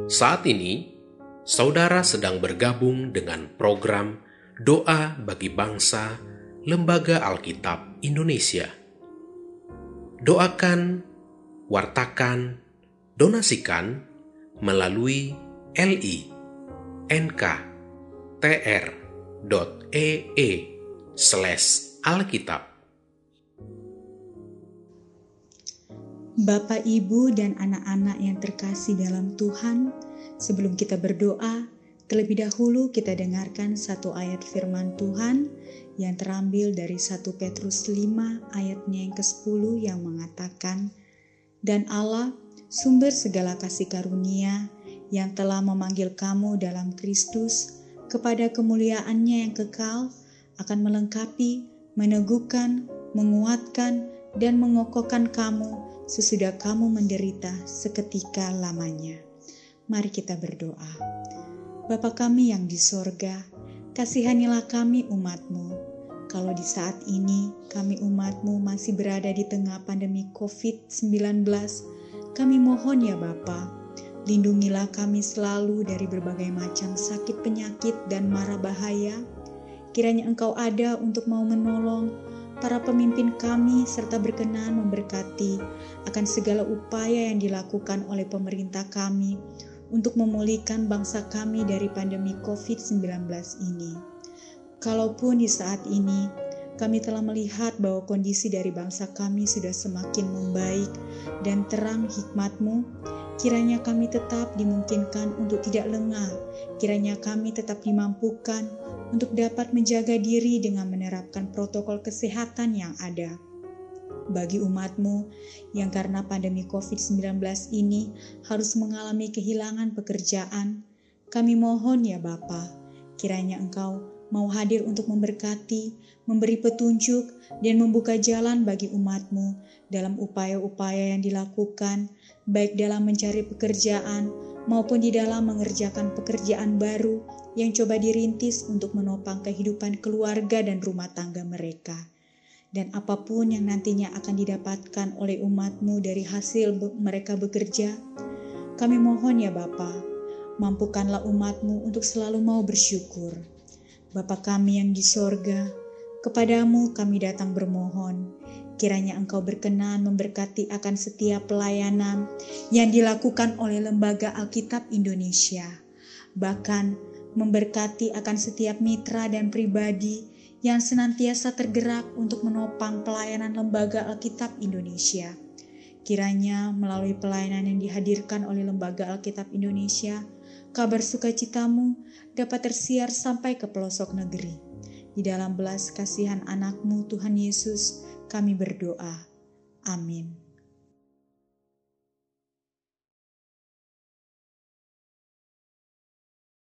Saat ini, saudara sedang bergabung dengan program Doa bagi Bangsa Lembaga Alkitab Indonesia. Doakan, wartakan, donasikan melalui li.nkr.ee/alkitab. Bapak, Ibu, dan anak-anak yang terkasih dalam Tuhan, sebelum kita berdoa, terlebih dahulu kita dengarkan satu ayat firman Tuhan yang terambil dari 1 Petrus 5 ayatnya yang ke-10 yang mengatakan, "Dan Allah, sumber segala kasih karunia, yang telah memanggil kamu dalam Kristus kepada kemuliaan-Nya yang kekal, akan melengkapi, meneguhkan, menguatkan, dan mengokohkan kamu sesudah kamu menderita seketika lamanya." Mari kita berdoa. Bapa kami yang di sorga, kasihanilah kami umat-Mu. Kalau di saat ini kami umat-Mu masih berada di tengah pandemi COVID-19, kami mohon ya Bapa, lindungilah kami selalu dari berbagai macam sakit penyakit dan mara bahaya. Kiranya Engkau ada untuk mau menolong para pemimpin kami serta berkenan memberkati akan segala upaya yang dilakukan oleh pemerintah kami untuk memulihkan bangsa kami dari pandemi COVID-19 ini. Kalaupun di saat ini kami telah melihat bahwa kondisi dari bangsa kami sudah semakin membaik dan terang hikmat-Mu, kiranya kami tetap dimungkinkan untuk tidak lengah, kiranya kami tetap dimampukan untuk dapat menjaga diri dengan menerapkan protokol kesehatan yang ada. Bagi umat-Mu yang karena pandemi COVID-19 ini harus mengalami kehilangan pekerjaan, kami mohon ya Bapa, kiranya Engkau mau hadir untuk memberkati, memberi petunjuk, dan membuka jalan bagi umat-Mu dalam upaya-upaya yang dilakukan, baik dalam mencari pekerjaan maupun di dalam mengerjakan pekerjaan baru yang coba dirintis untuk menopang kehidupan keluarga dan rumah tangga mereka. Dan apapun yang nantinya akan didapatkan oleh umat-Mu dari hasil mereka bekerja, kami mohon ya Bapa, mampukanlah umat-Mu untuk selalu mau bersyukur. Bapa kami yang di sorga, kepadamu kami datang bermohon, kiranya Engkau berkenan memberkati akan setiap pelayanan yang dilakukan oleh Lembaga Alkitab Indonesia, bahkan memberkati akan setiap mitra dan pribadi yang senantiasa tergerak untuk menopang pelayanan Lembaga Alkitab Indonesia. Kiranya melalui pelayanan yang dihadirkan oleh Lembaga Alkitab Indonesia, kabar sukacitamu dapat tersiar sampai ke pelosok negeri. Di dalam belas kasihan anak-Mu Tuhan Yesus, kami berdoa. Amin.